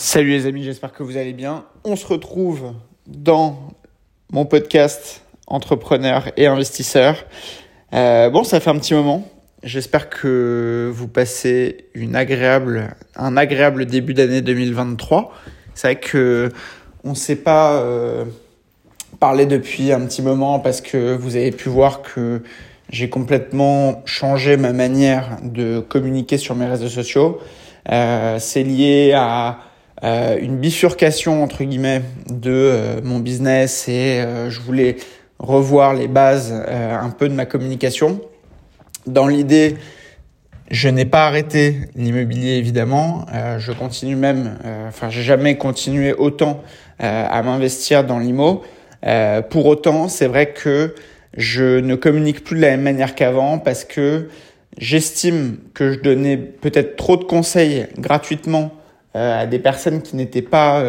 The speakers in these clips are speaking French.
Salut les amis, j'espère que vous allez bien. On se retrouve dans mon podcast entrepreneur et investisseur. Ça fait un petit moment. J'espère que vous passez un agréable début d'année 2023. C'est vrai que on ne s'est pas parlé depuis un petit moment parce que vous avez pu voir que j'ai complètement changé ma manière de communiquer sur mes réseaux sociaux. C'est lié à une bifurcation entre guillemets de mon business et je voulais revoir les bases un peu de ma communication. Dans l'idée, je n'ai pas arrêté l'immobilier évidemment, je continue même, j'ai jamais continué autant à m'investir dans l'IMO. Pour autant, c'est vrai que je ne communique plus de la même manière qu'avant parce que j'estime que je donnais peut-être trop de conseils gratuitement à des personnes qui n'étaient pas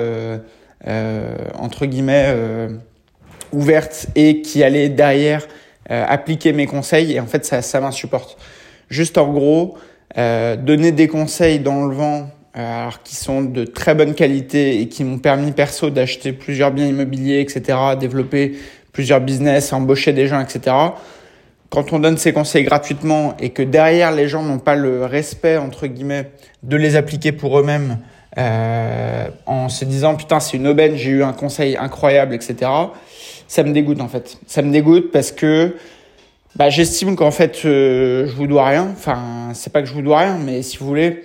entre guillemets ouvertes et qui allaient derrière appliquer mes conseils, et en fait ça m'insupporte. Juste en gros, donner des conseils dans le vent alors qui sont de très bonne qualité et qui m'ont permis perso d'acheter plusieurs biens immobiliers, etc., développer plusieurs business, embaucher des gens, etc. Quand on donne ces conseils gratuitement et que derrière les gens n'ont pas le respect entre guillemets de les appliquer pour eux-mêmes, en se disant putain c'est une aubaine, j'ai eu un conseil incroyable, etc. Ça me dégoûte en fait. Ça me dégoûte parce que j'estime qu'en fait je vous dois rien. Enfin c'est pas que je vous dois rien, mais si vous voulez,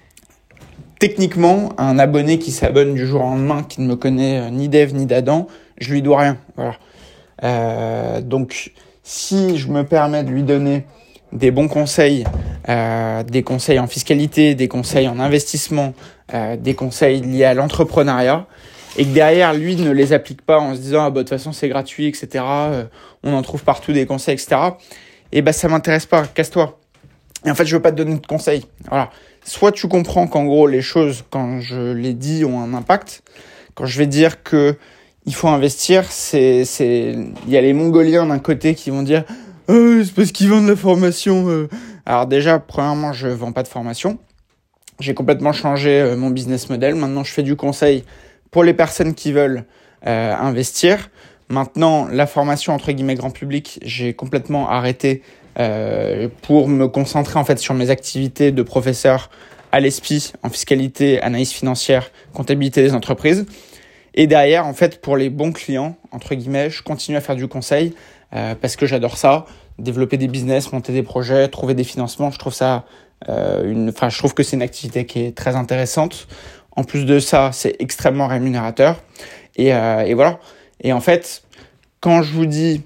techniquement un abonné qui s'abonne du jour au lendemain, qui ne me connaît ni d'Ève ni d'Adam, je lui dois rien. Voilà. Donc si je me permets de lui donner des bons conseils, des conseils en fiscalité, des conseils en investissement, des conseils liés à l'entrepreneuriat, et que derrière lui ne les applique pas en se disant de toute façon c'est gratuit, etc., on en trouve partout des conseils, etc., et ça m'intéresse pas, casse-toi. Et en fait je veux pas te donner de conseils. Voilà. Soit tu comprends qu'en gros les choses, quand je les dis, ont un impact. Quand je vais dire que il faut investir, il y a les Mongoliens d'un côté qui vont dire c'est parce qu'ils vendent la formation. Alors déjà, premièrement, je vends pas de formation. J'ai complètement changé mon business model. Maintenant, je fais du conseil pour les personnes qui veulent investir. Maintenant, la formation entre guillemets grand public, j'ai complètement arrêté pour me concentrer en fait sur mes activités de professeur à l'ESPI en fiscalité, analyse financière, comptabilité des entreprises. Et derrière, en fait, pour les bons clients, entre guillemets, je continue à faire du conseil parce que j'adore ça, développer des business, monter des projets, trouver des financements. Je trouve ça, je trouve que c'est une activité qui est très intéressante. En plus de ça, c'est extrêmement rémunérateur. Et voilà. Et en fait, quand je vous dis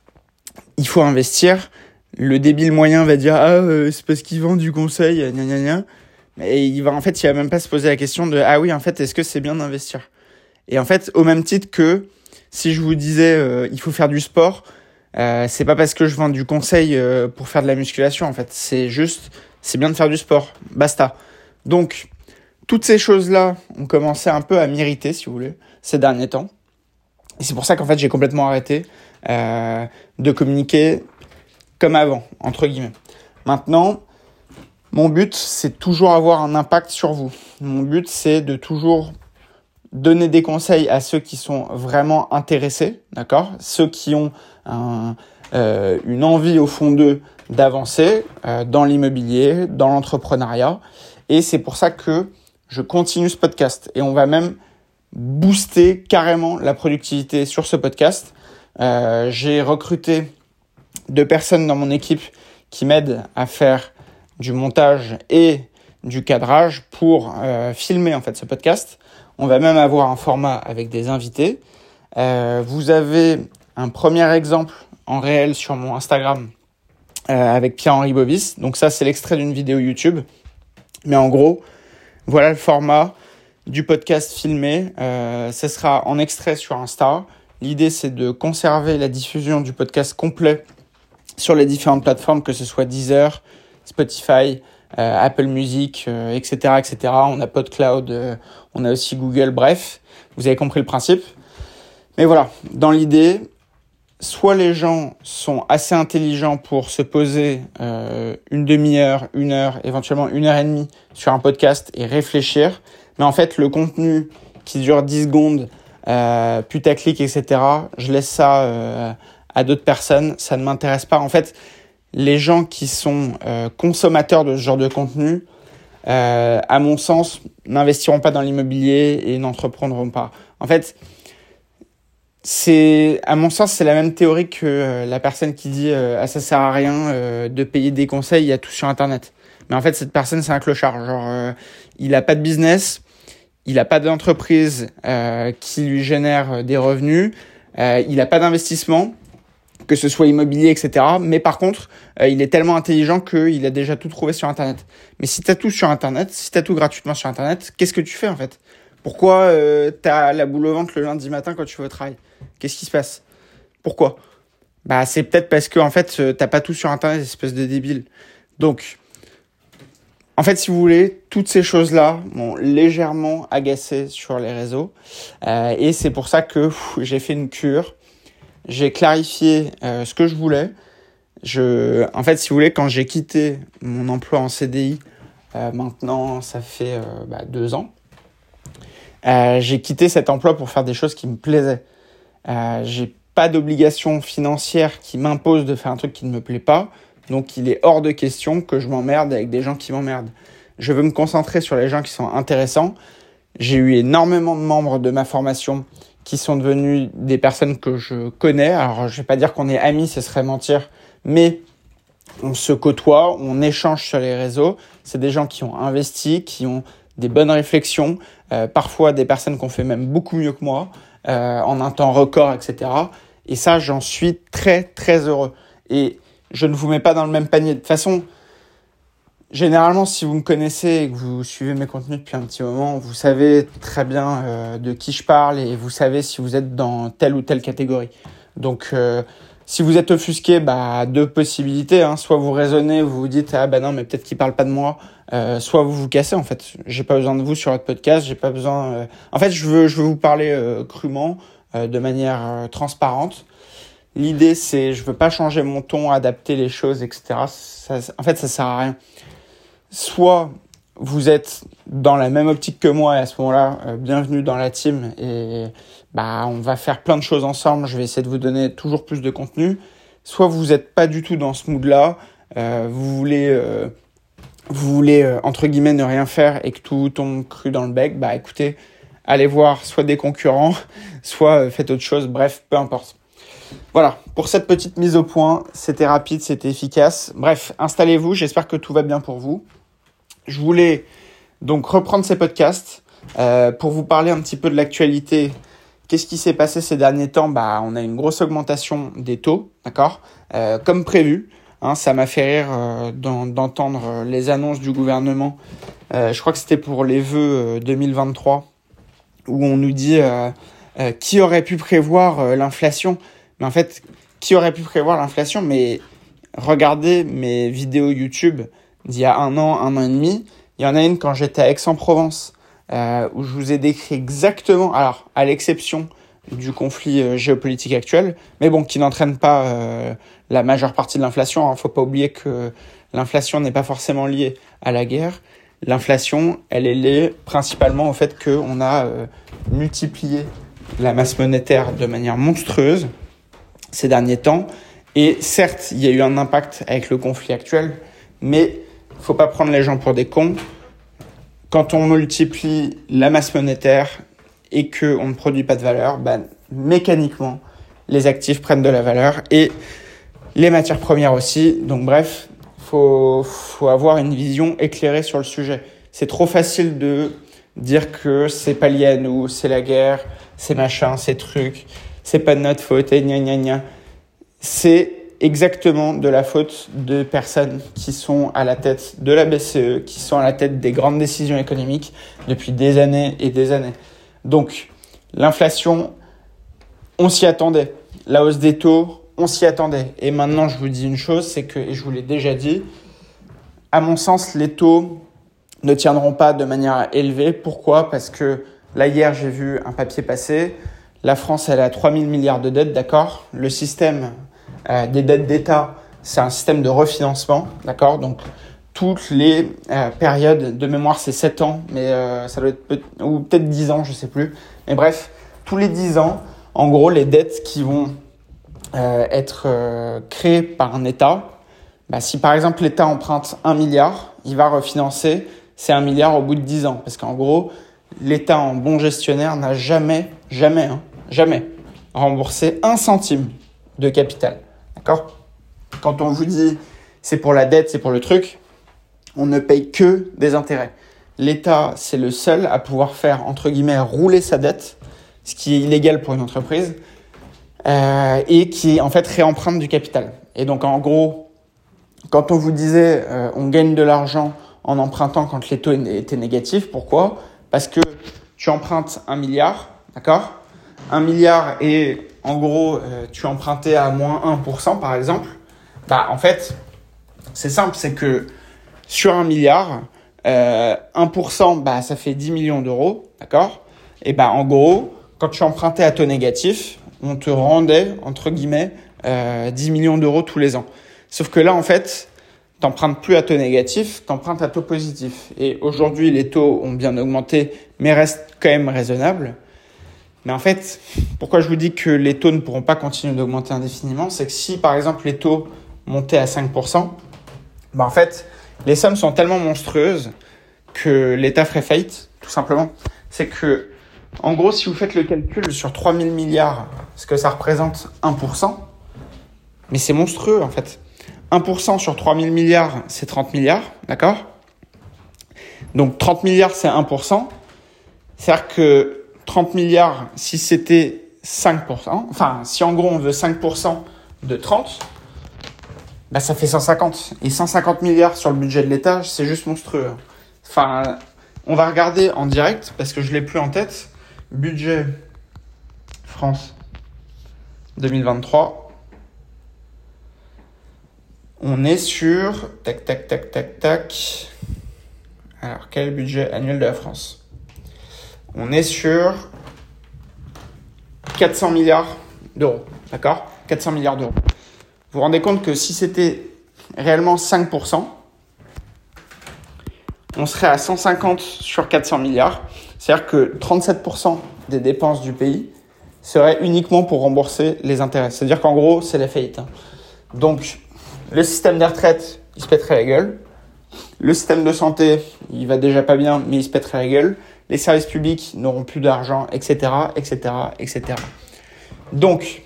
il faut investir, le débile moyen va dire c'est parce qu'il vend du conseil, gna gna gna. Et il va même pas se poser la question de oui, en fait, est-ce que c'est bien d'investir? Et en fait, au même titre que si je vous disais il faut faire du sport, c'est pas parce que je vends du conseil pour faire de la musculation, en fait. C'est bien de faire du sport. Basta. Donc, toutes ces choses-là ont commencé un peu à m'irriter, si vous voulez, ces derniers temps. Et c'est pour ça qu'en fait, j'ai complètement arrêté de communiquer comme avant, entre guillemets. Maintenant, mon but, c'est toujours avoir un impact sur vous. Mon but, c'est de toujours donner des conseils à ceux qui sont vraiment intéressés, d'accord ? Ceux qui ont une envie au fond d'eux d'avancer dans l'immobilier, dans l'entrepreneuriat. Et c'est pour ça que je continue ce podcast. Et on va même booster carrément la productivité sur ce podcast. J'ai recruté 2 personnes dans mon équipe qui m'aident à faire du montage et du cadrage pour filmer en fait ce podcast. On va même avoir un format avec des invités. Vous avez un premier exemple en réel sur mon Instagram avec Pierre-Henri Bobis. Donc ça, c'est l'extrait d'une vidéo YouTube. Mais en gros, voilà le format du podcast filmé. Ça sera en extrait sur Insta. L'idée, c'est de conserver la diffusion du podcast complet sur les différentes plateformes, que ce soit Deezer, Spotify, Apple Music, etc., etc. On a PodCloud, on a aussi Google, bref, vous avez compris le principe. Mais voilà, dans l'idée, soit les gens sont assez intelligents pour se poser une demi-heure, 1 heure, éventuellement 1 heure et demie sur un podcast et réfléchir, Mais en fait, le contenu qui dure 10 secondes, putaclic, etc., je laisse ça à d'autres personnes. Ça ne m'intéresse pas. En fait, les gens qui sont consommateurs de ce genre de contenu, à mon sens, n'investiront pas dans l'immobilier et n'entreprendront pas. En fait, à mon sens, c'est la même théorie que la personne qui dit ça sert à rien de payer des conseils, il y a tout sur Internet. Mais en fait, cette personne, c'est un clochard. Genre, il a pas de business, il a pas d'entreprise qui lui génère des revenus, il a pas d'investissement, que ce soit immobilier, etc. Mais par contre, il est tellement intelligent qu'il a déjà tout trouvé sur Internet. Mais si tu as tout sur Internet, si tu as tout gratuitement sur Internet, qu'est-ce que tu fais en fait ? Pourquoi tu as la boule au ventre le lundi matin quand tu vas au travail ? Qu'est-ce qui se passe ? Pourquoi ? Bah, c'est peut-être parce que en fait, t'as pas tout sur Internet, espèce de débile. Donc, en fait, si vous voulez, toutes ces choses-là m'ont légèrement agacé sur les réseaux. Et c'est pour ça que j'ai fait une cure. J'ai clarifié ce que je voulais. En fait, si vous voulez, quand j'ai quitté mon emploi en CDI, maintenant, ça fait 2 ans, j'ai quitté cet emploi pour faire des choses qui me plaisaient. J'ai pas d'obligation financière qui m'impose de faire un truc qui ne me plaît pas. Donc, il est hors de question que je m'emmerde avec des gens qui m'emmerdent. Je veux me concentrer sur les gens qui sont intéressants. J'ai eu énormément de membres de ma formation qui sont devenus des personnes que je connais. Alors, je vais pas dire qu'on est amis, ce serait mentir, mais on se côtoie, on échange sur les réseaux. C'est des gens qui ont investi, qui ont des bonnes réflexions, parfois des personnes qui ont fait même beaucoup mieux que moi, en un temps record, etc. Et ça, j'en suis très, très heureux. Et je ne vous mets pas dans le même panier. De toute façon, généralement, si vous me connaissez et que vous suivez mes contenus depuis un petit moment, vous savez très bien de qui je parle et vous savez si vous êtes dans telle ou telle catégorie. Donc, si vous êtes offusqué, 2 possibilités. Hein. Soit vous raisonnez, vous vous dites « Ah non, mais peut-être qu'il parle pas de moi ». Soit vous vous cassez, en fait. J'ai pas besoin de vous sur votre podcast. J'ai pas besoin... En fait, je veux vous parler crûment, de manière transparente. L'idée, c'est je veux pas changer mon ton, adapter les choses, etc. En fait, ça sert à rien. Soit vous êtes dans la même optique que moi et à ce moment-là, bienvenue dans la team et on va faire plein de choses ensemble. Je vais essayer de vous donner toujours plus de contenu. Soit vous êtes pas du tout dans ce mood-là, vous voulez entre guillemets ne rien faire et que tout tombe cru dans le bec. Écoutez, allez voir soit des concurrents, soit faites autre chose. Bref, peu importe. Voilà, pour cette petite mise au point, c'était rapide, c'était efficace. Bref, installez-vous, j'espère que tout va bien pour vous. Je voulais donc reprendre ces podcasts pour vous parler un petit peu de l'actualité. Qu'est-ce qui s'est passé ces derniers temps ? On a une grosse augmentation des taux, d'accord ? Comme prévu, hein, ça m'a fait rire d'entendre les annonces du gouvernement. Je crois que c'était pour les vœux 2023, où on nous dit qui aurait pu prévoir l'inflation ? Mais en fait, qui aurait pu prévoir l'inflation ? Mais regardez mes vidéos YouTube d'il y a 1 an et demi. Il y en a une quand j'étais à Aix-en-Provence, où je vous ai décrit exactement, alors à l'exception du conflit géopolitique actuel, mais bon, qui n'entraîne pas la majeure partie de l'inflation. Faut pas oublier que l'inflation n'est pas forcément liée à la guerre. L'inflation, elle est liée principalement au fait qu'on a multiplié la masse monétaire de manière monstrueuse ces derniers temps. Et certes, il y a eu un impact avec le conflit actuel, mais il ne faut pas prendre les gens pour des cons. Quand on multiplie la masse monétaire et qu'on ne produit pas de valeur, mécaniquement, les actifs prennent de la valeur et les matières premières aussi. Donc bref, faut avoir une vision éclairée sur le sujet. C'est trop facile de dire que c'est pas lié à nous, c'est la guerre, c'est machin, c'est truc, c'est pas de notre faute, et gna gna gna. C'est exactement de la faute de personnes qui sont à la tête de la BCE, qui sont à la tête des grandes décisions économiques depuis des années et des années. Donc, l'inflation, on s'y attendait. La hausse des taux, on s'y attendait. Et maintenant, je vous dis une chose, c'est que, et je vous l'ai déjà dit, à mon sens, les taux ne tiendront pas de manière élevée. Pourquoi ? Parce que là, hier, j'ai vu un papier passer. La France, elle a 3 000 milliards de dettes, d'accord ? Le système des dettes d'État, c'est un système de refinancement, d'accord ? Donc, toutes les périodes. De mémoire, c'est 7 ans, mais ça doit être ou peut-être 10 ans, je sais plus. Mais bref, tous les 10 ans, en gros, les dettes qui vont être créées par un État, si par exemple l'État emprunte 1 milliard, il va refinancer ces 1 milliard au bout de 10 ans. Parce qu'en gros, l'État en bon gestionnaire n'a jamais remboursé 1 centime de capital. D'accord ? Quand on vous dit c'est pour la dette, c'est pour le truc, on ne paye que des intérêts. L'État, c'est le seul à pouvoir faire, entre guillemets, rouler sa dette, ce qui est illégal pour une entreprise, et qui, en fait, réemprunte du capital. Et donc, en gros, quand on vous disait on gagne de l'argent en empruntant quand les taux étaient négatifs, pourquoi ? Parce que tu empruntes 1 milliard, d'accord ? 1 milliard et, en gros, tu empruntais à moins 1%, par exemple. En fait, c'est simple, c'est que sur 1 milliard, 1%, ça fait 10 millions d'euros, d'accord ? Et en gros, quand tu empruntais à taux négatif, on te rendait, entre guillemets, 10 millions d'euros tous les ans. Sauf que là, en fait, t'empruntes plus à taux négatif, t'empruntes à taux positif. Et aujourd'hui, les taux ont bien augmenté, mais restent quand même raisonnables. Mais en fait, pourquoi je vous dis que les taux ne pourront pas continuer d'augmenter indéfiniment, c'est que si, par exemple, les taux montaient à 5%, en fait, les sommes sont tellement monstrueuses que l'État ferait faillite, tout simplement. C'est que, en gros, si vous faites le calcul sur 3 000 milliards, ce que ça représente 1%, mais c'est monstrueux, en fait. 1% sur 3 000 milliards, c'est 30 milliards, d'accord ? Donc, 30 milliards, c'est 1%. C'est-à-dire que 30 milliards, si c'était 5%, si en gros, on veut 5% de 30, ça fait 150. Et 150 milliards sur le budget de l'État, c'est juste monstrueux. On va regarder en direct, parce que je ne l'ai plus en tête. Budget France 2023. On est sur... Tac. Alors, quel est le budget annuel de la France ? On est sur 400 milliards d'euros. D'accord ? 400 milliards d'euros. Vous vous rendez compte que si c'était réellement 5%, on serait à 150 sur 400 milliards. C'est-à-dire que 37% des dépenses du pays seraient uniquement pour rembourser les intérêts. C'est-à-dire qu'en gros, c'est la faillite. Donc, le système des retraites, il se pèterait la gueule. Le système de santé, il va déjà pas bien, mais il se pèterait la gueule. Les services publics n'auront plus d'argent, etc., etc., etc. Donc,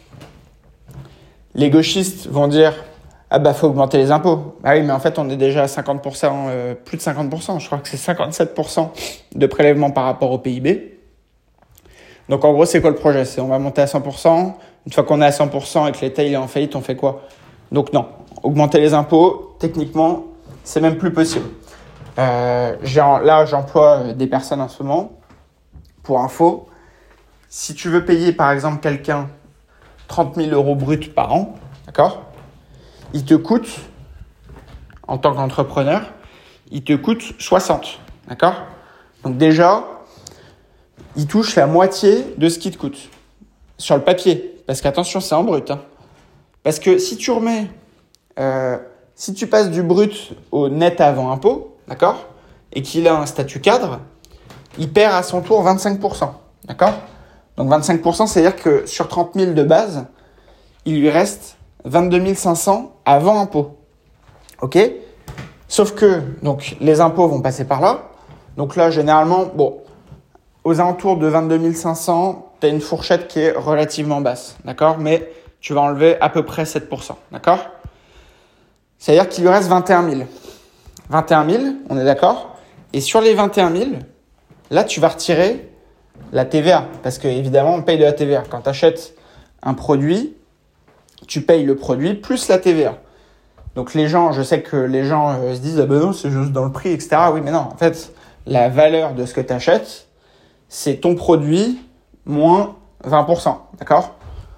les gauchistes vont dire « Ah faut augmenter les impôts ». Oui, mais en fait, on est déjà à 50%, plus de 50%. Je crois que c'est 57% de prélèvement par rapport au PIB. Donc, en gros, c'est quoi le projet ? C'est on va monter à 100%. Une fois qu'on est à 100% et que l'État il est en faillite, on fait quoi ? Donc, non. Augmenter les impôts, techniquement, c'est même plus possible. Là, j'emploie des personnes en ce moment. Pour info, si tu veux payer, par exemple, quelqu'un 30 000 euros bruts par an, d'accord ? Il te coûte, en tant qu'entrepreneur, il te coûte 60, d'accord ? Donc déjà, il touche la moitié de ce qui te coûte, sur le papier. Parce qu'attention, c'est en brut. Parce que si tu remets, si tu passes du brut au net avant impôt, d'accord ? Et qu'il a un statut cadre, il perd à son tour 25%, d'accord ? Donc 25%, c'est-à-dire que sur 30 000 de base, il lui reste 22 500 avant impôt. Ok ? Sauf que donc, les impôts vont passer par là. Donc là, généralement, aux alentours de 22 500, tu as une fourchette qui est relativement basse. D'accord ? Mais tu vas enlever à peu près 7%. D'accord ? C'est-à-dire qu'il lui reste 21 000. 21 000, on est d'accord ? Et sur les 21 000, là, tu vas retirer la TVA. Parce qu'évidemment, on paye de la TVA. Quand tu achètes un produit, tu payes le produit plus la TVA. Donc je sais que les gens se disent « Ah ben non, c'est juste dans le prix, etc. » Oui, mais non. En fait, la valeur de ce que tu achètes, c'est ton produit moins 20%. D'accord ?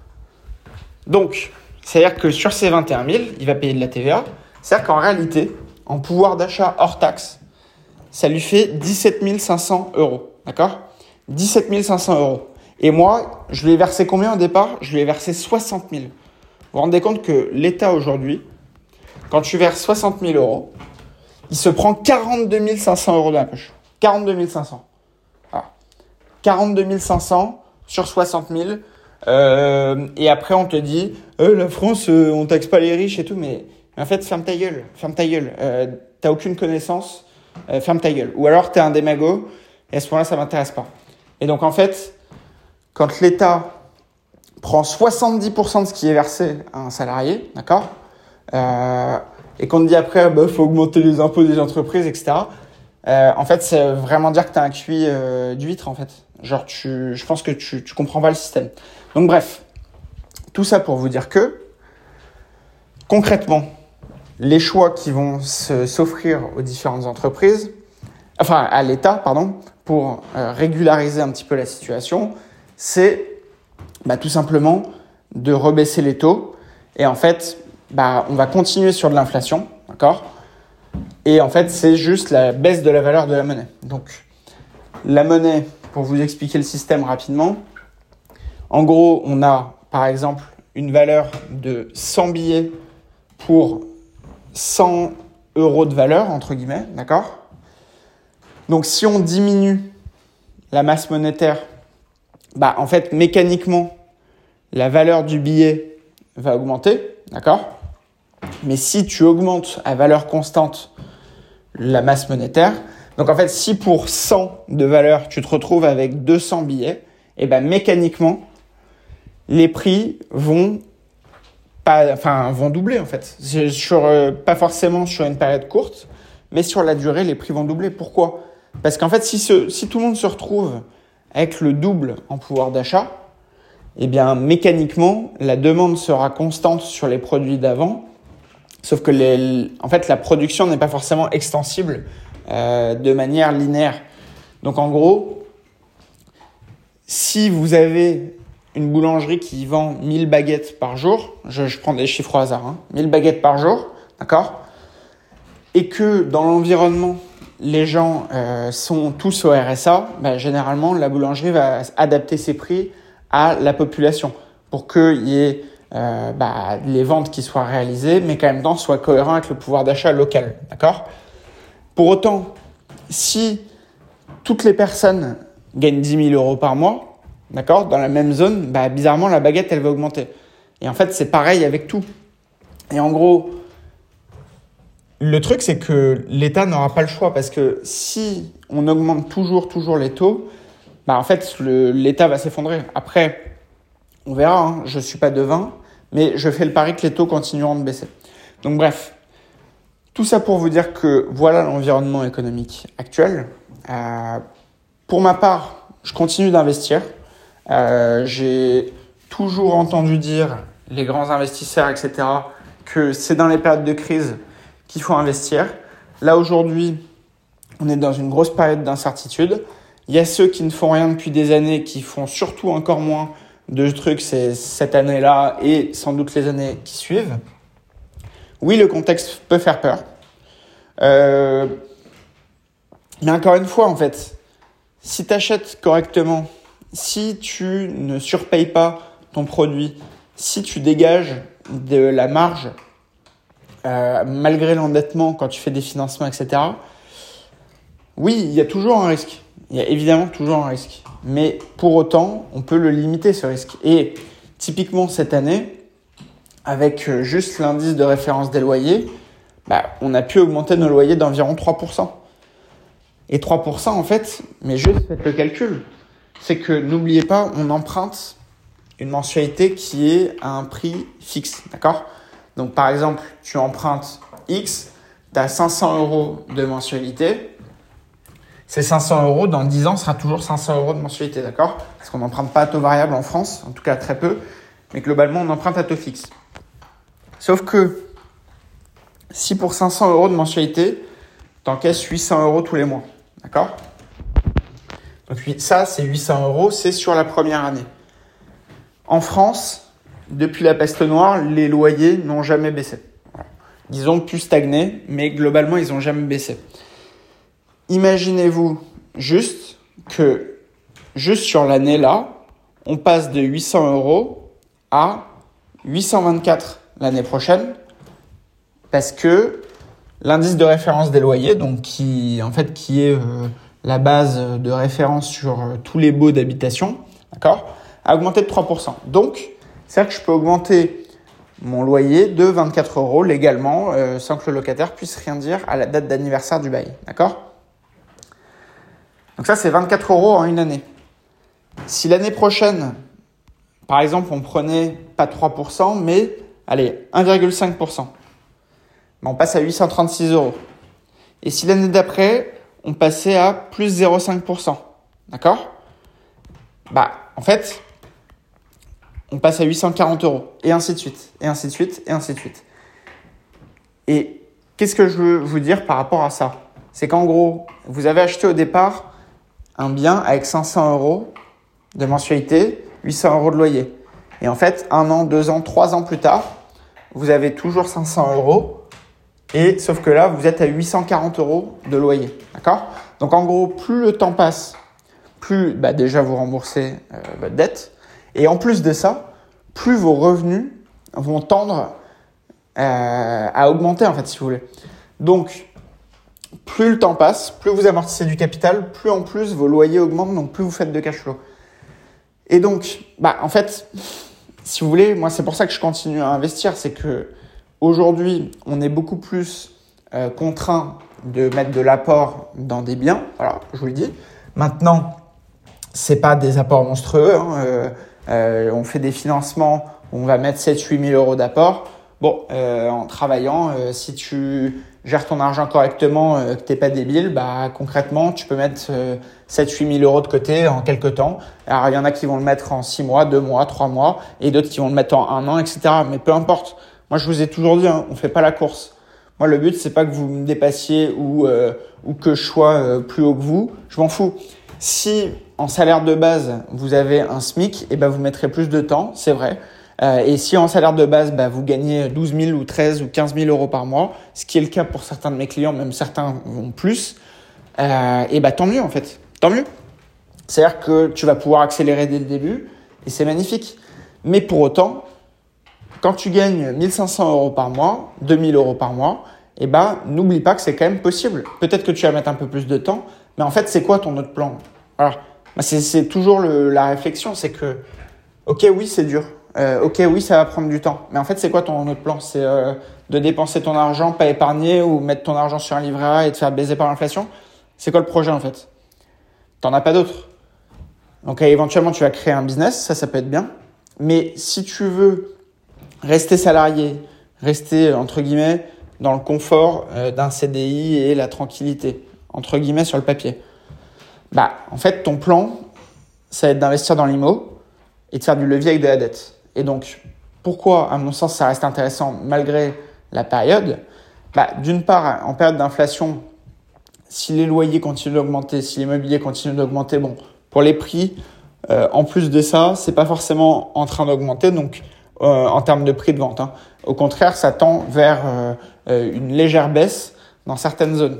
Donc, c'est-à-dire que sur ces 21 000, il va payer de la TVA. C'est-à-dire qu'en réalité, en pouvoir d'achat hors taxe, ça lui fait 17 500 euros. D'accord ? 17 500 euros. Et moi, je lui ai versé combien au départ ? Je lui ai versé 60 000. Vous vous rendez compte que l'État aujourd'hui, quand tu verses 60 000 euros, il se prend 42 500 euros dans la poche. 42 500. Voilà. 42 500 sur 60 000. Et après, on te dit, la France, on taxe pas les riches et tout. Mais en fait, ferme ta gueule. Ferme ta gueule. T'as aucune connaissance. Ferme ta gueule. Ou alors, t'es un démago. Et à ce moment-là, ça m'intéresse pas. Et donc, en fait, quand l'État prend 70% de ce qui est versé à un salarié, d'accord, et qu'on te dit après, faut augmenter les impôts des entreprises, etc. En fait, c'est vraiment dire que t'as un QI d'huître, en fait. Genre, je pense que tu comprends pas le système. Donc, bref, tout ça pour vous dire que, concrètement, les choix qui vont s'offrir aux différentes entreprises, enfin, à l'État, pardon, pour régulariser un petit peu la situation, c'est tout simplement de rebaisser les taux. Et en fait, on va continuer sur de l'inflation, d'accord ? Et en fait, c'est juste la baisse de la valeur de la monnaie. Donc, la monnaie, pour vous expliquer le système rapidement, en gros, on a, par exemple, une valeur de 100 billets pour 100 euros de valeur, entre guillemets, d'accord ? Donc, si on diminue la masse monétaire, en fait, mécaniquement, la valeur du billet va augmenter, d'accord ? Mais si tu augmentes à valeur constante la masse monétaire, donc en fait, si pour 100 de valeur, tu te retrouves avec 200 billets, mécaniquement, les prix vont doubler en fait. Pas forcément sur une période courte, mais sur la durée, les prix vont doubler. Pourquoi ? Parce qu'en fait, si tout le monde se retrouve avec le double en pouvoir d'achat, mécaniquement, la demande sera constante sur les produits d'avant, sauf que la production n'est pas forcément extensible de manière linéaire. Donc en gros, si vous avez une boulangerie qui vend 1000 baguettes par jour, je prends des chiffres au hasard, 1000 baguettes par jour, d'accord ? Et que dans l'environnement, les gens sont tous au RSA, généralement, la boulangerie va adapter ses prix à la population pour qu'il y ait les ventes qui soient réalisées, mais qu'en même temps soient cohérents avec le pouvoir d'achat local, d'accord ? Pour autant, si toutes les personnes gagnent 10 000 euros par mois, d'accord, dans la même zone, bizarrement, la baguette, elle va augmenter. Et en fait, c'est pareil avec tout. Et en gros, le truc, c'est que l'État n'aura pas le choix parce que si on augmente toujours les taux, en fait, l'État va s'effondrer. Après, on verra, je suis pas devin, mais je fais le pari que les taux continueront de baisser. Donc bref, tout ça pour vous dire que voilà l'environnement économique actuel. Pour ma part, je continue d'investir. J'ai toujours entendu dire, les grands investisseurs, etc., que c'est dans les périodes de crise qu'il faut investir. Là, aujourd'hui, on est dans une grosse période d'incertitude. Il y a ceux qui ne font rien depuis des années, qui font surtout encore moins de trucs cette année-là et sans doute les années qui suivent. Oui, le contexte peut faire peur. Mais encore une fois, en fait, si tu achètes correctement, si tu ne surpayes pas ton produit, si tu dégages de la marge malgré l'endettement quand tu fais des financements, etc., oui, il y a toujours un risque. Il y a évidemment toujours un risque. Mais pour autant, on peut le limiter, ce risque. Et typiquement, cette année, avec juste l'indice de référence des loyers, on a pu augmenter nos loyers d'environ 3%. Et 3%, en fait, mais juste faites le calcul, c'est que n'oubliez pas, on emprunte une mensualité qui est à un prix fixe, d'accord ? Donc, par exemple, tu empruntes X, tu as 500 euros de mensualité. Ces 500 euros, dans 10 ans, sera toujours 500 euros de mensualité, d'accord ? Parce qu'on n'emprunte pas à taux variable en France, en tout cas très peu, mais globalement, on emprunte à taux fixe. Sauf que si pour 500 euros de mensualité, tu encaisses 800 euros tous les mois, d'accord ? Donc ça, c'est 800 euros, c'est sur la première année. En France, depuis la peste noire, les loyers n'ont jamais baissé. Voilà. Ils ont pu stagner, mais globalement, ils n'ont jamais baissé. Imaginez-vous juste sur l'année là, on passe de 800 euros à 824 l'année prochaine parce que l'indice de référence des loyers, donc qui est la base de référence sur tous les baux d'habitation, d'accord, a augmenté de 3%. Donc, c'est-à-dire que je peux augmenter mon loyer de 24 € légalement sans que le locataire puisse rien dire à la date d'anniversaire du bail, d'accord ? Donc ça, c'est 24 € en une année. Si l'année prochaine, par exemple, on prenait pas 3%, mais allez, 1,5%, on passe à 836 €. Et si l'année d'après, on passait à plus 0,5%, d'accord ? En fait, on passe à 840 €, et ainsi de suite, et ainsi de suite, et ainsi de suite. Et qu'est-ce que je veux vous dire par rapport à ça ? C'est qu'en gros, vous avez acheté au départ un bien avec 500 € de mensualité, 800 € de loyer. Et en fait, 1 an, 2 ans, 3 ans plus tard, vous avez toujours 500 €, et sauf que là, vous êtes à 840 € de loyer, d'accord ? Donc en gros, plus le temps passe, plus déjà vous remboursez votre dette, et en plus de ça, plus vos revenus vont tendre à augmenter, en fait, si vous voulez. Donc, plus le temps passe, plus vous amortissez du capital, plus en plus vos loyers augmentent, donc plus vous faites de cash flow. Et donc, en fait, si vous voulez, moi, c'est pour ça que je continue à investir, c'est que aujourd'hui, on est beaucoup plus contraint de mettre de l'apport dans des biens, voilà, je vous le dis. Maintenant, c'est pas des apports monstrueux, on fait des financements, on va mettre 7-8 000 € d'apport. Bon, en travaillant, si tu gères ton argent correctement, que t'es pas débile, concrètement, tu peux mettre 7-8 000 € de côté en quelques temps. Alors, il y en a qui vont le mettre en 6 mois, 2 mois, 3 mois, et d'autres qui vont le mettre en 1 an, etc. Mais peu importe. Moi, je vous ai toujours dit, on fait pas la course. Moi, le but, c'est pas que vous me dépassiez ou que je sois plus haut que vous. Je m'en fous. Si en salaire de base, vous avez un SMIC, vous mettrez plus de temps, c'est vrai. Et si en salaire de base, vous gagnez 12 000 ou 13 ou 15 000 € par mois, ce qui est le cas pour certains de mes clients, même certains vont plus, tant mieux en fait, tant mieux. C'est-à-dire que tu vas pouvoir accélérer dès le début et c'est magnifique. Mais pour autant, quand tu gagnes 1 500 € par mois, 2 000 € par mois, n'oublie pas que c'est quand même possible. Peut-être que tu vas mettre un peu plus de temps, mais en fait, c'est quoi ton autre plan ? Alors, c'est toujours la réflexion, c'est que, ok, oui, c'est dur. Ok, oui, ça va prendre du temps. Mais en fait, c'est quoi ton autre plan ? C'est de dépenser ton argent, pas épargner, ou mettre ton argent sur un livret A et te faire baiser par l'inflation ? C'est quoi le projet en fait ? T'en as pas d'autre. Donc éventuellement, tu vas créer un business, ça peut être bien. Mais si tu veux rester salarié, rester entre guillemets dans le confort d'un CDI et la tranquillité, entre guillemets sur le papier, en fait, ton plan, ça va être d'investir dans l'IMO et de faire du levier avec de la dette. Et donc, pourquoi, à mon sens, ça reste intéressant malgré la période ? D'une part, en période d'inflation, si les loyers continuent d'augmenter, si l'immobilier continue d'augmenter, pour les prix, en plus de ça, c'est pas forcément en train d'augmenter, donc en termes de prix de vente. Au contraire, ça tend vers une légère baisse dans certaines zones.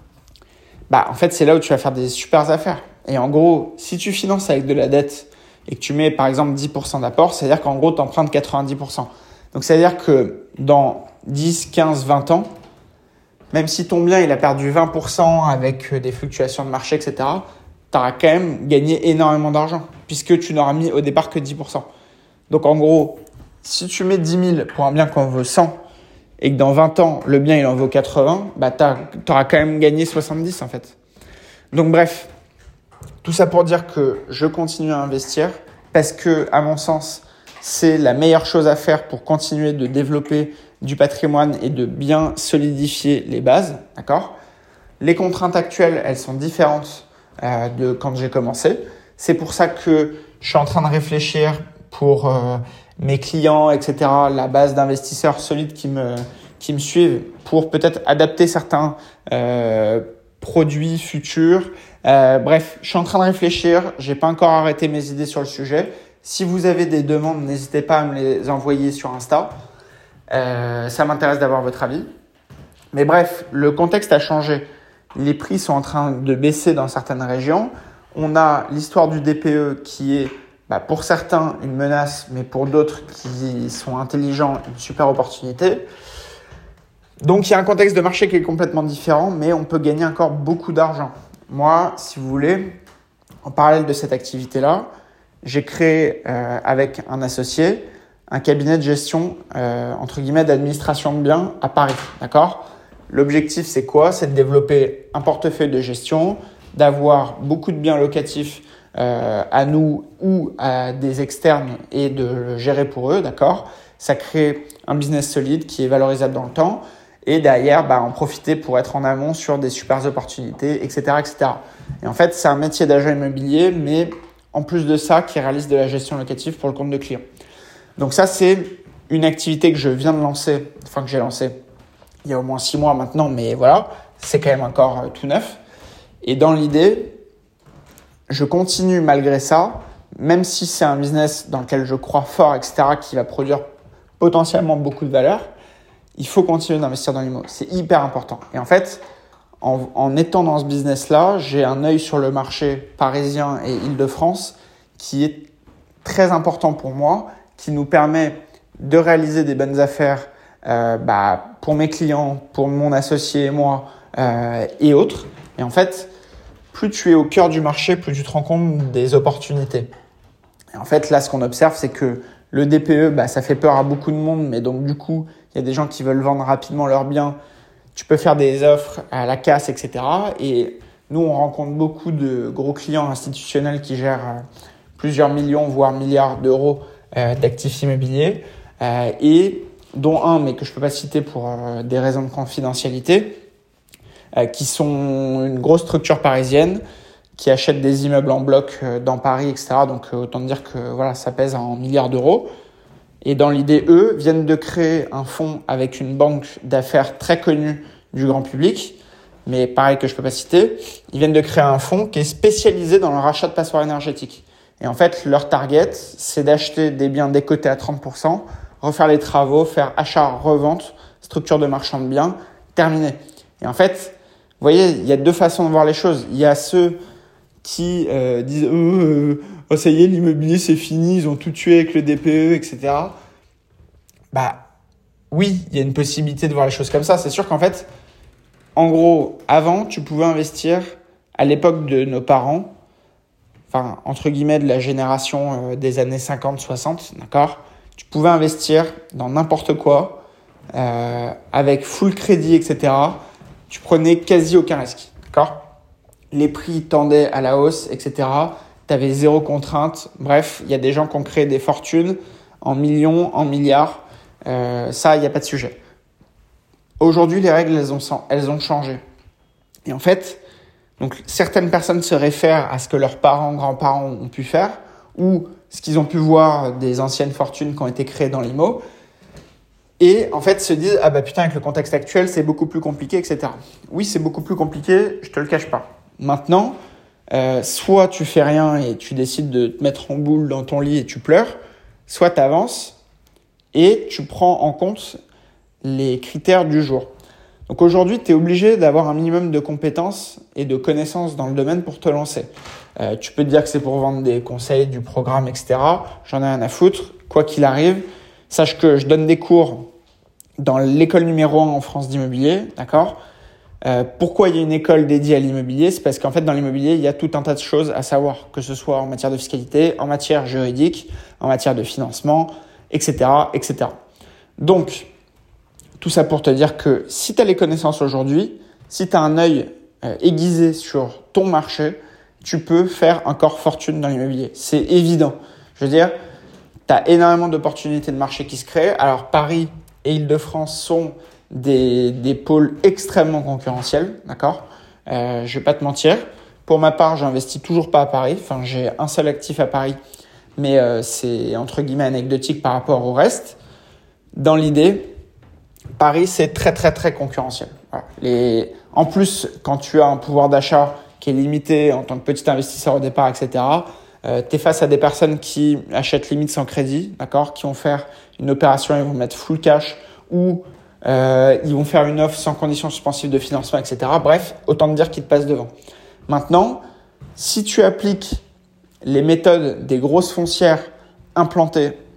En fait, c'est là où tu vas faire des super affaires. Et en gros, si tu finances avec de la dette et que tu mets par exemple 10% d'apport, c'est-à-dire qu'en gros, tu empruntes 90%. Donc, c'est-à-dire que dans 10, 15, 20 ans, même si ton bien il a perdu 20% avec des fluctuations de marché, etc., tu auras quand même gagné énormément d'argent puisque tu n'auras mis au départ que 10%. Donc, en gros, si tu mets 10 000 pour un bien qu'on vaut 100 et que dans 20 ans, le bien il en vaut 80, tu auras quand même gagné 70 en fait. Donc, bref. Tout ça pour dire que je continue à investir parce que, à mon sens, c'est la meilleure chose à faire pour continuer de développer du patrimoine et de bien solidifier les bases, d'accord ? Les contraintes actuelles, elles sont différentes de quand j'ai commencé. C'est pour ça que je suis en train de réfléchir pour mes clients, etc., la base d'investisseurs solides qui me suivent pour peut-être adapter certains produits futurs. Bref, je suis en train de réfléchir. J'ai pas encore arrêté mes idées sur le sujet. Si vous avez des demandes, n'hésitez pas à me les envoyer sur Insta. Ça m'intéresse d'avoir votre avis. Mais bref, le contexte a changé. Les prix sont en train de baisser dans certaines régions. On a l'histoire du DPE qui est, pour certains, une menace, mais pour d'autres qui sont intelligents, une super opportunité. Donc, il y a un contexte de marché qui est complètement différent, mais on peut gagner encore beaucoup d'argent. Moi, si vous voulez, en parallèle de cette activité-là, j'ai créé avec un associé un cabinet de gestion, entre guillemets, d'administration de biens à Paris. D'accord ? L'objectif, c'est quoi ? C'est de développer un portefeuille de gestion, d'avoir beaucoup de biens locatifs à nous ou à des externes et de le gérer pour eux. D'accord ? Ça crée un business solide qui est valorisable dans le temps et derrière, en profiter pour être en amont sur des super opportunités, etc., etc. Et en fait, c'est un métier d'agent immobilier, mais en plus de ça, qui réalise de la gestion locative pour le compte de clients. Donc ça, c'est une activité que je viens de lancer, que j'ai lancée il y a au moins 6 mois maintenant, mais voilà, c'est quand même encore tout neuf. Et dans l'idée, je continue malgré ça, même si c'est un business dans lequel je crois fort, etc., qui va produire potentiellement beaucoup de valeur, il faut continuer d'investir dans l'immo. C'est hyper important. Et en fait, en étant dans ce business-là, j'ai un œil sur le marché parisien et Île-de-France qui est très important pour moi, qui nous permet de réaliser des bonnes affaires pour mes clients, pour mon associé et moi et autres. Et en fait, plus tu es au cœur du marché, plus tu te rends compte des opportunités. Et en fait, là, ce qu'on observe, c'est que le DPE, ça fait peur à beaucoup de monde, mais donc du coup, il y a des gens qui veulent vendre rapidement leurs biens. Tu peux faire des offres à la casse, etc. Et nous, on rencontre beaucoup de gros clients institutionnels qui gèrent plusieurs millions, voire milliards d'euros d'actifs immobiliers, et dont un, mais que je ne peux pas citer pour des raisons de confidentialité, qui sont une grosse structure parisienne, qui achètent des immeubles en bloc dans Paris, etc. Donc, autant dire que voilà, ça pèse en milliards d'euros. Et dans l'idée, eux viennent de créer un fonds avec une banque d'affaires très connue du grand public, mais pareil que je ne peux pas citer. Ils viennent de créer un fonds qui est spécialisé dans le rachat de passoires énergétiques. Et en fait, leur target, c'est d'acheter des biens décotés à 30%, refaire les travaux, faire achat, revente, structure de marchand de biens, terminé. Et en fait, vous voyez, il y a deux façons de voir les choses. Il y a ceux qui disent « Oh, ça y est, l'immobilier, c'est fini, ils ont tout tué avec le DPE, etc. » Oui, il y a une possibilité de voir les choses comme ça. C'est sûr qu'en fait, en gros, avant, tu pouvais investir à l'époque de nos parents, entre guillemets, de la génération des années 50-60, d'accord ? Tu pouvais investir dans n'importe quoi, avec full crédit, etc. Tu prenais quasi aucun risque, d'accord ? Les prix tendaient à la hausse, etc. Tu avais zéro contrainte. Bref, il y a des gens qui ont créé des fortunes en millions, en milliards. Ça, il n'y a pas de sujet. Aujourd'hui, les règles, elles ont changé. Et en fait, donc, certaines personnes se réfèrent à ce que leurs parents, grands-parents ont pu faire ou ce qu'ils ont pu voir des anciennes fortunes qui ont été créées dans l'IMO. Et en fait, se disent « Ah putain, avec le contexte actuel, c'est beaucoup plus compliqué, etc. » Oui, c'est beaucoup plus compliqué, je te le cache pas. Maintenant, soit tu fais rien et tu décides de te mettre en boule dans ton lit et tu pleures, soit tu avances et tu prends en compte les critères du jour. Donc aujourd'hui, tu es obligé d'avoir un minimum de compétences et de connaissances dans le domaine pour te lancer. Tu peux te dire que c'est pour vendre des conseils, du programme, etc. J'en ai rien à foutre. Quoi qu'il arrive, sache que je donne des cours dans l'école numéro 1 en France d'immobilier, d'accord ? Pourquoi il y a une école dédiée à l'immobilier ? C'est parce qu'en fait, dans l'immobilier, il y a tout un tas de choses à savoir, que ce soit en matière de fiscalité, en matière juridique, en matière de financement, etc., etc. Donc, tout ça pour te dire que si tu as les connaissances aujourd'hui, si tu as un œil aiguisé sur ton marché, tu peux faire encore fortune dans l'immobilier. C'est évident. Je veux dire, tu as énormément d'opportunités de marché qui se créent. Alors, Paris et Île-de-France sont des pôles extrêmement concurrentiels, d'accord ? Je vais pas te mentir. Pour ma part, j'investis toujours pas à Paris. Enfin, j'ai un seul actif à Paris, mais c'est entre guillemets anecdotique par rapport au reste. Dans l'idée, Paris, c'est très, très, très concurrentiel. Voilà. En plus, quand tu as un pouvoir d'achat qui est limité en tant que petit investisseur au départ, etc., tu es face à des personnes qui achètent limite sans crédit, d'accord, qui vont faire une opération, ils vont mettre full cash ou ils vont faire une offre sans condition suspensive de financement, etc. Bref, autant te dire qu'ils te passent devant. Maintenant, si tu appliques les méthodes des grosses foncières implantées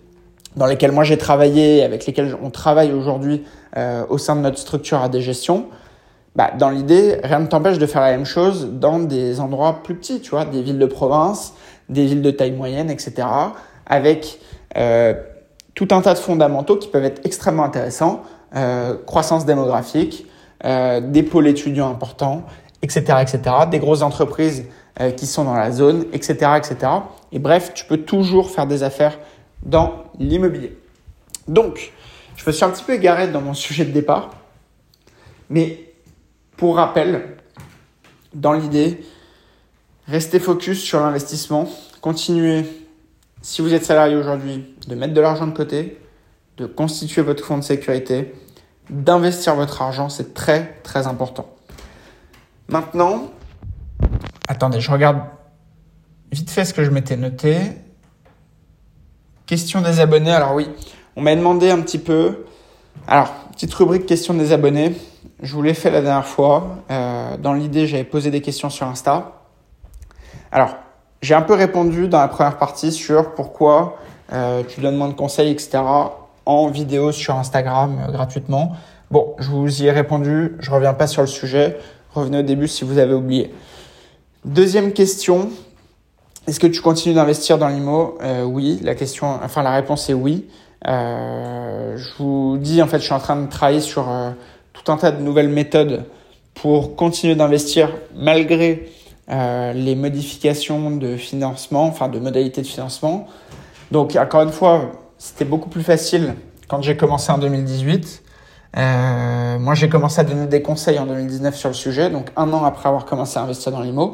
dans lesquels moi j'ai travaillé, avec lesquels on travaille aujourd'hui au sein de notre structure AD Gestion, dans l'idée, rien ne t'empêche de faire la même chose dans des endroits plus petits, tu vois, des villes de province, des villes de taille moyenne, etc., avec tout un tas de fondamentaux qui peuvent être extrêmement intéressants, croissance démographique, des pôles étudiants importants, etc., des grosses entreprises qui sont dans la zone, etc., etc. Et bref, tu peux toujours faire des affaires dans l'immobilier. Donc, je me suis un petit peu égaré dans mon sujet de départ, mais pour rappel, dans l'idée, restez focus sur l'investissement, continuez, si vous êtes salarié aujourd'hui, de mettre de l'argent de côté, de constituer votre fonds de sécurité, d'investir votre argent, c'est très très important. Maintenant, attendez, je regarde vite fait ce que je m'étais noté. Question des abonnés, alors oui, on m'a demandé un petit peu, alors petite rubrique question des abonnés. Je vous l'ai fait la dernière fois. Dans l'idée, j'avais posé des questions sur Insta. Alors, j'ai un peu répondu dans la première partie sur pourquoi tu donnes moins de conseils, etc. en vidéo sur Instagram gratuitement. Bon, je vous y ai répondu. Je reviens pas sur le sujet. Revenez au début si vous avez oublié. Deuxième question. Est-ce que tu continues d'investir dans l'IMO ? Oui. La réponse est oui. Je vous dis, en fait, je suis en train de travailler sur tout un tas de nouvelles méthodes pour continuer d'investir malgré les modifications de financement, de modalités de financement. Donc, encore une fois, c'était beaucoup plus facile quand j'ai commencé en 2018. Moi, j'ai commencé à donner des conseils en 2019 sur le sujet, donc 1 an après avoir commencé à investir dans l'IMO.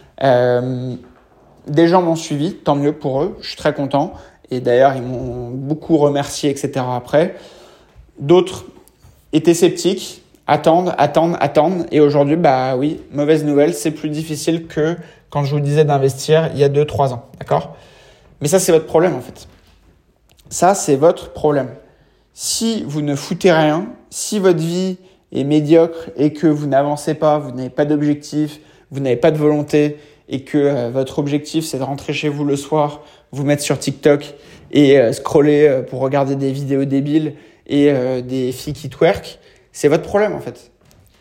Des gens m'ont suivi, tant mieux pour eux, je suis très content. Et d'ailleurs, ils m'ont beaucoup remercié, etc. après. D'autres étaient sceptiques, attendent. Et aujourd'hui, oui, mauvaise nouvelle, c'est plus difficile que quand je vous disais d'investir il y a 2-3 ans, d'accord ? Mais ça, c'est votre problème, en fait. Ça, c'est votre problème. Si vous ne foutez rien, si votre vie est médiocre et que vous n'avancez pas, vous n'avez pas d'objectif, vous n'avez pas de volonté et que votre objectif, c'est de rentrer chez vous le soir, vous mettre sur TikTok et scroller pour regarder des vidéos débiles et des filles qui twerk, c'est votre problème en fait.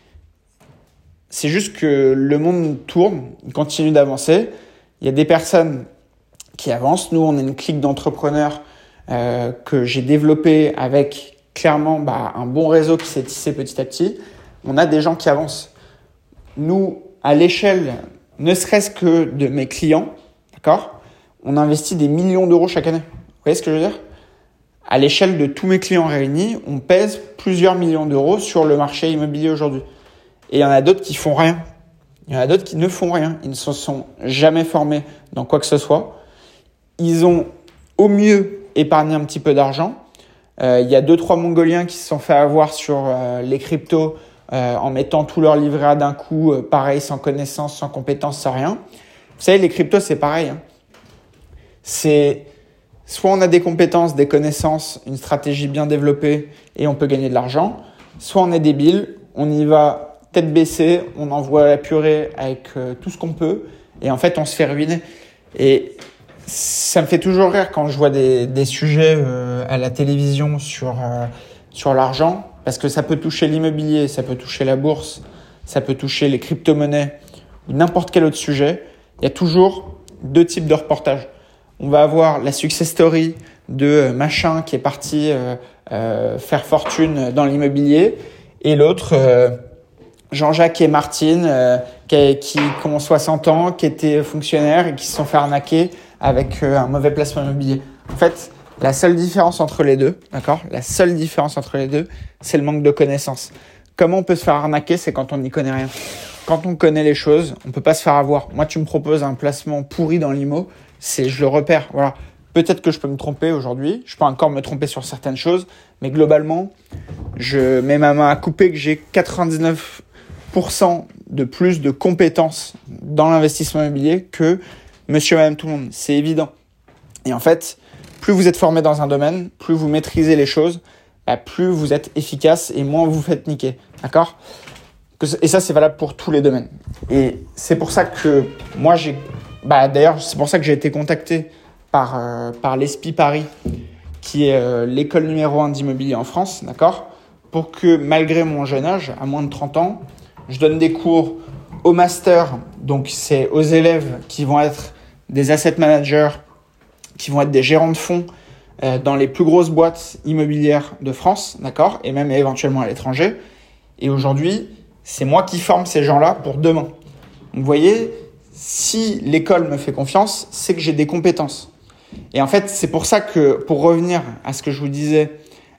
C'est juste que le monde tourne, il continue d'avancer. Il y a des personnes qui avancent. Nous, on est une clique d'entrepreneurs que j'ai développé avec clairement un bon réseau qui s'est tissé petit à petit. On a des gens qui avancent. Nous, à l'échelle, ne serait-ce que de mes clients, d'accord ? On investit des millions d'euros chaque année. Vous voyez ce que je veux dire ? À l'échelle de tous mes clients réunis, on pèse plusieurs millions d'euros sur le marché immobilier aujourd'hui. Et il y en a d'autres qui font rien. Il y en a d'autres qui ne font rien. Ils ne se sont jamais formés dans quoi que ce soit. Ils ont au mieux épargné un petit peu d'argent. Il y a 2-3 Mongoliens qui se sont fait avoir sur les cryptos en mettant tout leur livret A d'un coup, pareil, sans connaissance, sans compétence, sans rien. Vous savez, les cryptos, c'est pareil. Hein. C'est soit on a des compétences, des connaissances, une stratégie bien développée et on peut gagner de l'argent, soit on est débile, on y va tête baissée, on envoie la purée avec tout ce qu'on peut et en fait on se fait ruiner. Et ça me fait toujours rire quand je vois des sujets à la télévision sur l'argent, parce que ça peut toucher l'immobilier, ça peut toucher la bourse, ça peut toucher les crypto-monnaies ou n'importe quel autre sujet. Il y a toujours 2 types de reportages. On va avoir la success story de machin qui est parti faire fortune dans l'immobilier et l'autre, Jean-Jacques et Martine qui ont 60 ans, qui étaient fonctionnaires et qui se sont fait arnaquer avec un mauvais placement immobilier. En fait, la seule différence entre les deux, d'accord ? La seule différence entre les deux, c'est le manque de connaissances. Comment on peut se faire arnaquer ? C'est quand on n'y connaît rien. Quand on connaît les choses, on peut pas se faire avoir. Moi, tu me proposes un placement pourri dans l'IMO, je le repère. Voilà. Peut-être que je peux me tromper aujourd'hui. Je peux encore me tromper sur certaines choses, mais globalement, je mets ma main à couper que j'ai 99% de plus de compétences dans l'investissement immobilier que monsieur, madame, tout le monde. C'est évident. Et en fait, plus vous êtes formé dans un domaine, plus vous maîtrisez les choses, plus vous êtes efficace et moins vous vous faites niquer. D'accord ? Et ça, c'est valable pour tous les domaines. Et c'est pour ça que moi, d'ailleurs, c'est pour ça que j'ai été contacté par l'ESPI Paris, qui est l'école numéro 1 d'immobilier en France, d'accord ? Pour que malgré mon jeune âge, à moins de 30 ans, je donne des cours au master, donc c'est aux élèves qui vont être des asset managers, qui vont être des gérants de fonds dans les plus grosses boîtes immobilières de France, d'accord ? Et même éventuellement à l'étranger. Et aujourd'hui, c'est moi qui forme ces gens-là pour demain. Donc, vous voyez, si l'école me fait confiance, c'est que j'ai des compétences. Et en fait, c'est pour ça que, pour revenir à ce que je vous disais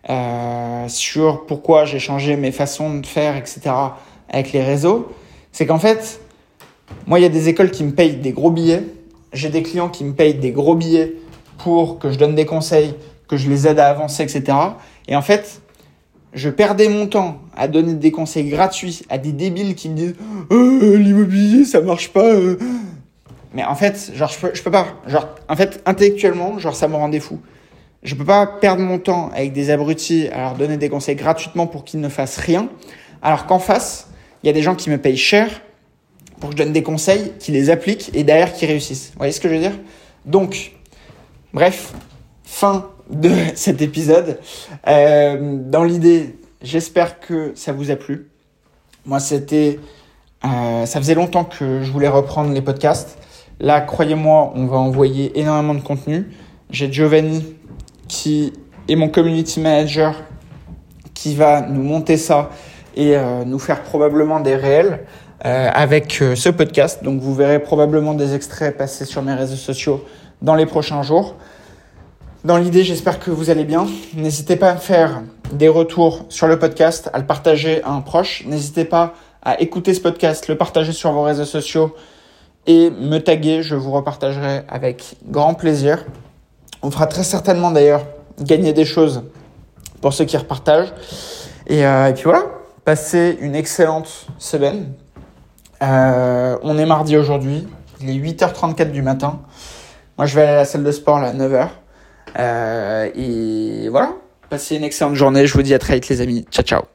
sur pourquoi j'ai changé mes façons de faire, etc., avec les réseaux, c'est qu'en fait, moi, il y a des écoles qui me payent des gros billets. J'ai des clients qui me payent des gros billets pour que je donne des conseils, que je les aide à avancer, etc. Et en fait, je perdais mon temps à donner des conseils gratuits à des débiles qui me disent « l'immobilier, ça marche pas. » Mais en fait, genre, je peux pas. Genre, en fait, intellectuellement, genre, ça me rendait fou. Je peux pas perdre mon temps avec des abrutis à leur donner des conseils gratuitement pour qu'ils ne fassent rien, alors qu'en face, il y a des gens qui me payent cher pour que je donne des conseils, qui les appliquent et derrière qui réussissent. Vous voyez ce que je veux dire ? Donc, bref, fin de cet épisode. Dans l'idée, j'espère que ça vous a plu. Moi, ça faisait longtemps que je voulais reprendre les podcasts. Là, croyez-moi, on va envoyer énormément de contenu. J'ai Giovanni qui est mon community manager qui va nous monter ça et nous faire probablement des réels avec ce podcast. Donc, vous verrez probablement des extraits passer sur mes réseaux sociaux dans les prochains jours. Dans l'idée, j'espère que vous allez bien. N'hésitez pas à faire des retours sur le podcast, à le partager à un proche. N'hésitez pas à écouter ce podcast, le partager sur vos réseaux sociaux et me taguer. Je vous repartagerai avec grand plaisir. On fera très certainement d'ailleurs gagner des choses pour ceux qui repartagent. Et puis voilà, passez une excellente semaine. On est mardi aujourd'hui, il est 8h34 du matin. Moi, je vais aller à la salle de sport là, à 9h. Et voilà, passez une excellente journée. Je vous dis à très vite les amis. Ciao, ciao.